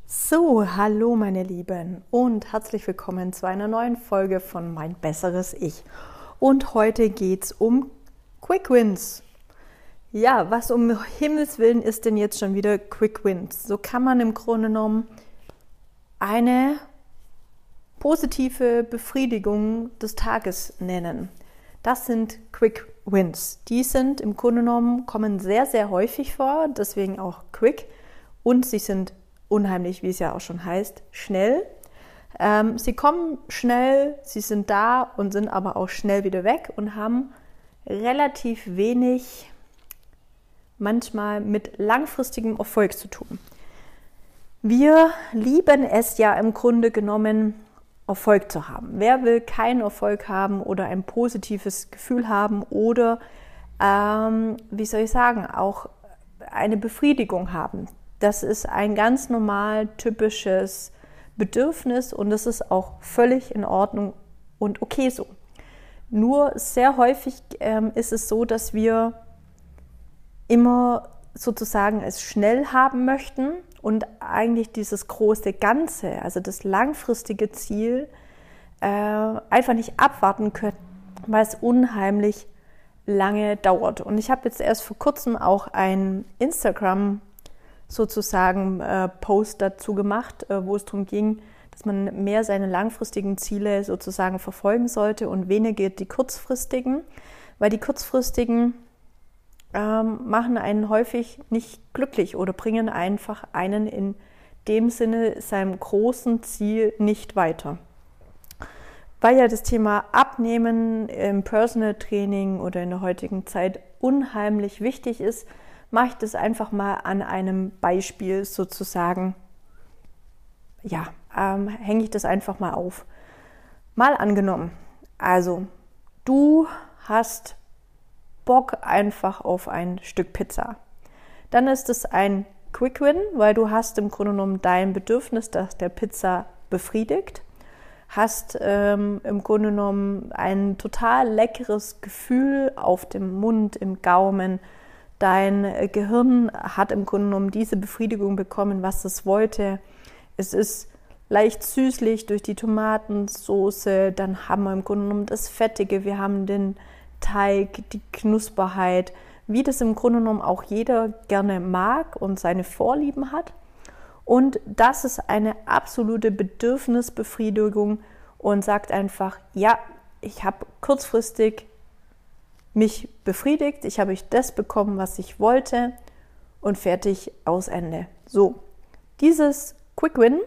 So, hallo meine Lieben und herzlich willkommen zu einer neuen Folge von Mein besseres Ich. Und heute geht es um Quick Wins. Ja, was um Himmels Willen ist denn jetzt schon wieder Quick Wins? So kann man im Grunde genommen eine positive Befriedigung des Tages nennen. Das sind Quick Wins. Die sind im Grunde genommen, kommen sehr, sehr häufig vor, deswegen auch Quick, und sie sind unheimlich, wie es ja auch schon heißt, schnell. Sie kommen schnell, sie sind da und sind aber auch schnell wieder weg und haben relativ wenig manchmal mit langfristigem Erfolg zu tun. Wir lieben es ja im Grunde genommen, Erfolg zu haben. Wer will keinen Erfolg haben oder ein positives Gefühl haben oder, auch eine Befriedigung haben? Das ist ein ganz normal typisches Bedürfnis und das ist auch völlig in Ordnung und okay so. Nur sehr häufig ist es so, dass wir immer sozusagen es schnell haben möchten und eigentlich dieses große Ganze, also das langfristige Ziel, einfach nicht abwarten können, weil es unheimlich lange dauert. Und ich habe jetzt erst vor kurzem auch ein Instagram sozusagen Post dazu gemacht, wo es darum ging, dass man mehr seine langfristigen Ziele sozusagen verfolgen sollte und weniger die kurzfristigen, weil die kurzfristigen machen einen häufig nicht glücklich oder bringen einfach einen in dem Sinne seinem großen Ziel nicht weiter. Weil ja das Thema Abnehmen im Personal Training oder in der heutigen Zeit unheimlich wichtig ist, mache ich das einfach mal an einem Beispiel sozusagen, hänge ich das einfach mal auf. Mal angenommen, also du hast Bock einfach auf ein Stück Pizza. Dann ist es ein Quick Win, weil du hast im Grunde genommen dein Bedürfnis der Pizza befriedigt, hast im Grunde genommen ein total leckeres Gefühl auf dem Mund, im Gaumen. Dein Gehirn hat im Grunde genommen diese Befriedigung bekommen, was es wollte. Es ist leicht süßlich durch die Tomatensoße, dann haben wir im Grunde genommen das Fettige, wir haben den Teig, die Knusperheit, wie das im Grunde genommen auch jeder gerne mag und seine Vorlieben hat. Und das ist eine absolute Bedürfnisbefriedigung und sagt einfach, ja, ich habe kurzfristig mich befriedigt, ich habe das bekommen, was ich wollte und fertig, aus Ende. So, dieses Quick Win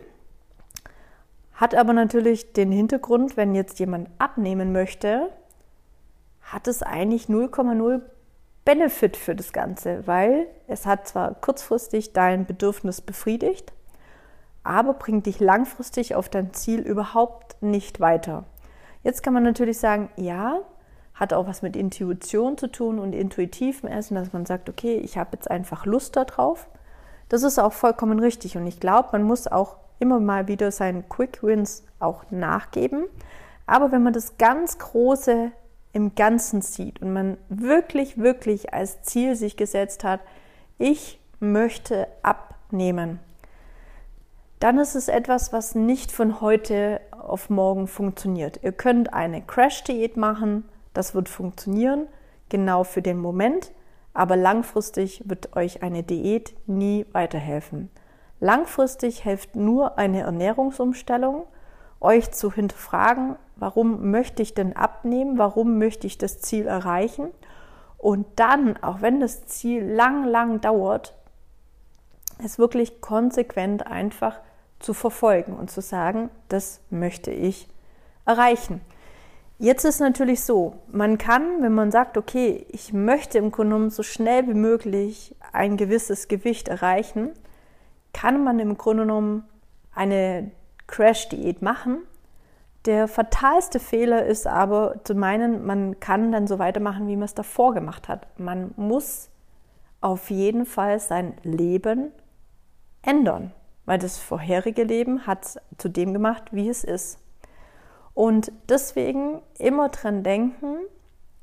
hat aber natürlich den Hintergrund, wenn jetzt jemand abnehmen möchte, hat es eigentlich 0,0 Benefit für das Ganze, weil es hat zwar kurzfristig dein Bedürfnis befriedigt, aber bringt dich langfristig auf dein Ziel überhaupt nicht weiter. Jetzt kann man natürlich sagen, ja, hat auch was mit Intuition zu tun und intuitivem Essen, dass man sagt, okay, ich habe jetzt einfach Lust darauf. Das ist auch vollkommen richtig und ich glaube, man muss auch immer mal wieder seinen Quick Wins auch nachgeben. Aber wenn man das ganz Große im Ganzen sieht und man wirklich, wirklich als Ziel sich gesetzt hat, ich möchte abnehmen, dann ist es etwas, was nicht von heute auf morgen funktioniert. Ihr könnt eine Crash-Diät machen, das wird funktionieren, genau für den Moment, aber langfristig wird euch eine Diät nie weiterhelfen. Langfristig hilft nur eine Ernährungsumstellung, euch zu hinterfragen, warum möchte ich denn abnehmen, warum möchte ich das Ziel erreichen und dann, auch wenn das Ziel lang dauert, es wirklich konsequent einfach zu verfolgen und zu sagen, das möchte ich erreichen. Jetzt ist natürlich so, man kann, wenn man sagt, okay, ich möchte im Grunde genommen so schnell wie möglich ein gewisses Gewicht erreichen, kann man im Grunde genommen eine Crash-Diät machen. Der fatalste Fehler ist aber zu meinen, man kann dann so weitermachen, wie man es davor gemacht hat. Man muss auf jeden Fall sein Leben ändern, weil das vorherige Leben hat es zu dem gemacht, wie es ist. Und deswegen immer dran denken,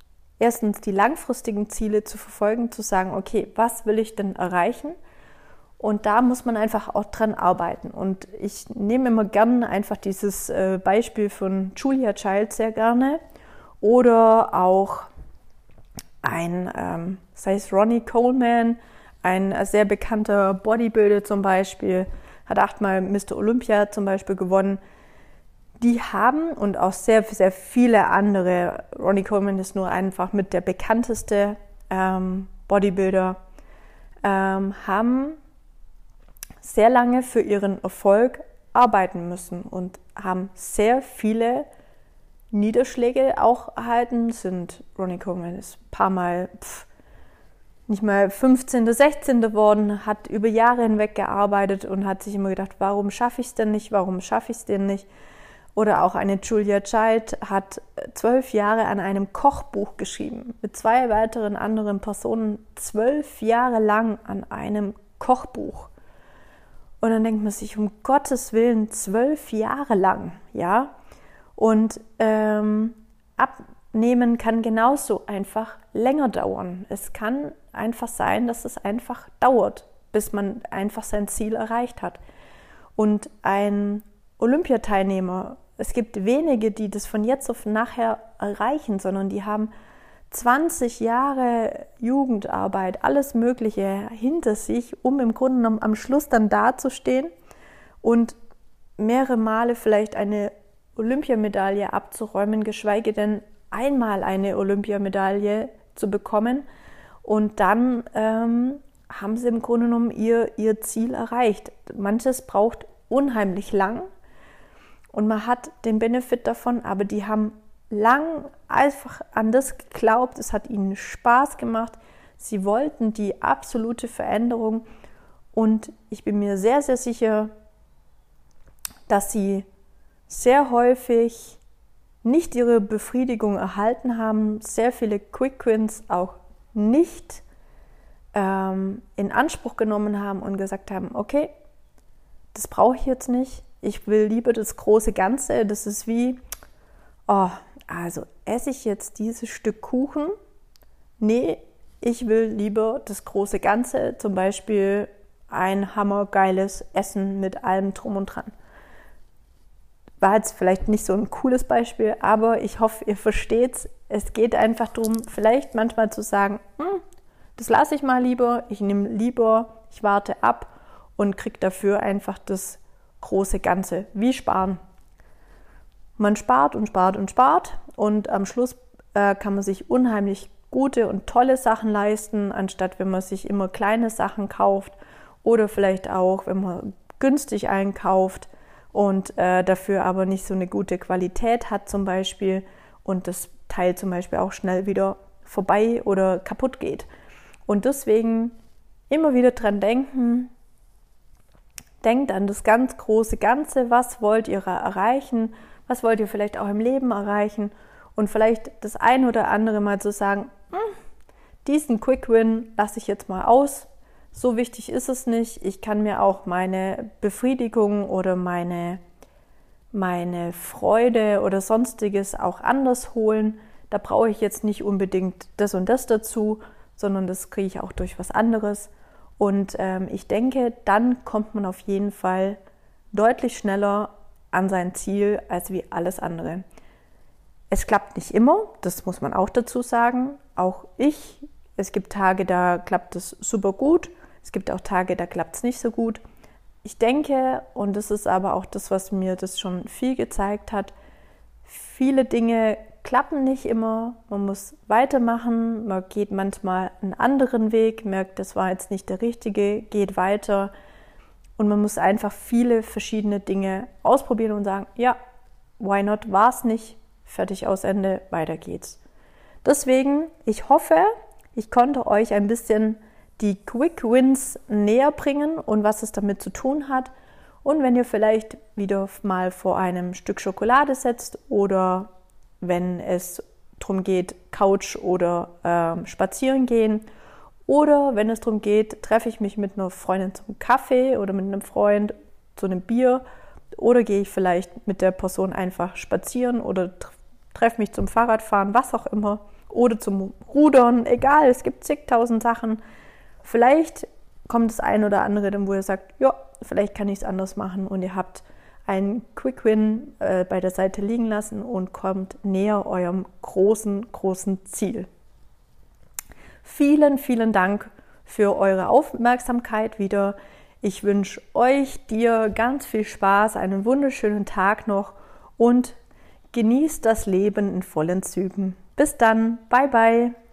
erstens die langfristigen Ziele zu verfolgen, zu sagen, okay, was will ich denn erreichen? Und da muss man einfach auch dran arbeiten. Und ich nehme immer gerne einfach dieses Beispiel von Julia Child sehr gerne. Oder auch sei es Ronnie Coleman, ein sehr bekannter Bodybuilder zum Beispiel, hat 8-mal Mr. Olympia zum Beispiel gewonnen. Die haben und auch sehr, sehr viele andere, Ronnie Coleman ist nur einfach mit der bekannteste Bodybuilder, haben sehr lange für ihren Erfolg arbeiten müssen und haben sehr viele Niederschläge auch erhalten. Ronnie Coleman ist ein paar Mal nicht mal 15., 16. geworden, hat über Jahre hinweg gearbeitet und hat sich immer gedacht, warum schaffe ich es denn nicht, warum schaffe ich es denn nicht? Oder auch eine Julia Child hat 12 Jahre an einem Kochbuch geschrieben, mit 2 weiteren anderen Personen 12 Jahre lang an einem Kochbuch. Und dann denkt man sich, um Gottes Willen, 12 Jahre lang, ja? Und Abnehmen kann genauso einfach länger dauern. Es kann einfach sein, dass es einfach dauert, bis man einfach sein Ziel erreicht hat. Und ein Olympiateilnehmer, es gibt wenige, die das von jetzt auf nachher erreichen, sondern die haben 20 Jahre Jugendarbeit, alles Mögliche hinter sich, um im Grunde genommen am Schluss dann dazustehen und mehrere Male vielleicht eine Olympiamedaille abzuräumen, geschweige denn einmal eine Olympiamedaille zu bekommen. Und dann haben sie im Grunde genommen ihr Ziel erreicht. Manches braucht unheimlich lang und man hat den Benefit davon, aber die haben lang einfach an das geglaubt, es hat ihnen Spaß gemacht, sie wollten die absolute Veränderung und ich bin mir sehr, sehr sicher, dass sie sehr häufig nicht ihre Befriedigung erhalten haben, sehr viele Quick Wins auch nicht in Anspruch genommen haben und gesagt haben, okay, das brauche ich jetzt nicht, ich will lieber das große Ganze, das ist wie, also esse ich jetzt dieses Stück Kuchen? Nee, ich will lieber das große Ganze, zum Beispiel ein hammergeiles Essen mit allem drum und dran. War jetzt vielleicht nicht so ein cooles Beispiel, aber ich hoffe, ihr versteht's. Es geht einfach darum, vielleicht manchmal zu sagen, das lasse ich mal lieber, ich nehme lieber, ich warte ab und kriege dafür einfach das große Ganze. Wie sparen. Man spart und spart und spart und am Schluss kann man sich unheimlich gute und tolle Sachen leisten, anstatt wenn man sich immer kleine Sachen kauft oder vielleicht auch, wenn man günstig einkauft und dafür aber nicht so eine gute Qualität hat zum Beispiel und das Teil zum Beispiel auch schnell wieder vorbei oder kaputt geht. Und deswegen immer wieder dran denken, denkt an das ganz große Ganze, was wollt ihr erreichen, was wollt ihr vielleicht auch im Leben erreichen und vielleicht das ein oder andere mal zu sagen, diesen Quick Win lasse ich jetzt mal aus, so wichtig ist es nicht, ich kann mir auch meine Befriedigung oder meine Freude oder sonstiges auch anders holen, da brauche ich jetzt nicht unbedingt das und das dazu, sondern das kriege ich auch durch was anderes und ich denke, dann kommt man auf jeden Fall deutlich schneller an sein Ziel als wie alles andere. Es klappt nicht immer, das muss man auch dazu sagen. Auch es gibt Tage, da klappt es super gut. Es gibt auch Tage, da klappt es nicht so gut. Ich denke, und das ist aber auch das, was mir das schon viel gezeigt hat, viele Dinge klappen nicht immer. Man muss weitermachen, man geht manchmal einen anderen Weg, merkt, das war jetzt nicht der richtige, geht weiter. Und man muss einfach viele verschiedene Dinge ausprobieren und sagen, ja, why not, war's nicht, fertig, aus, Ende, weiter geht's. Deswegen, ich hoffe, ich konnte euch ein bisschen die Quick Wins näher bringen und was es damit zu tun hat. Und wenn ihr vielleicht wieder mal vor einem Stück Schokolade setzt oder wenn es darum geht, Couch oder spazieren gehen, oder wenn es darum geht, treffe ich mich mit einer Freundin zum Kaffee oder mit einem Freund zu einem Bier oder gehe ich vielleicht mit der Person einfach spazieren oder treffe mich zum Fahrradfahren, was auch immer, oder zum Rudern, egal, es gibt zigtausend Sachen. Vielleicht kommt das ein oder andere, dann wo ihr sagt, ja, vielleicht kann ich es anders machen und ihr habt einen Quick Win bei der Seite liegen lassen und kommt näher eurem großen, großen Ziel. Vielen, vielen Dank für eure Aufmerksamkeit wieder. Ich wünsche euch, dir ganz viel Spaß, einen wunderschönen Tag noch und genießt das Leben in vollen Zügen. Bis dann, bye bye!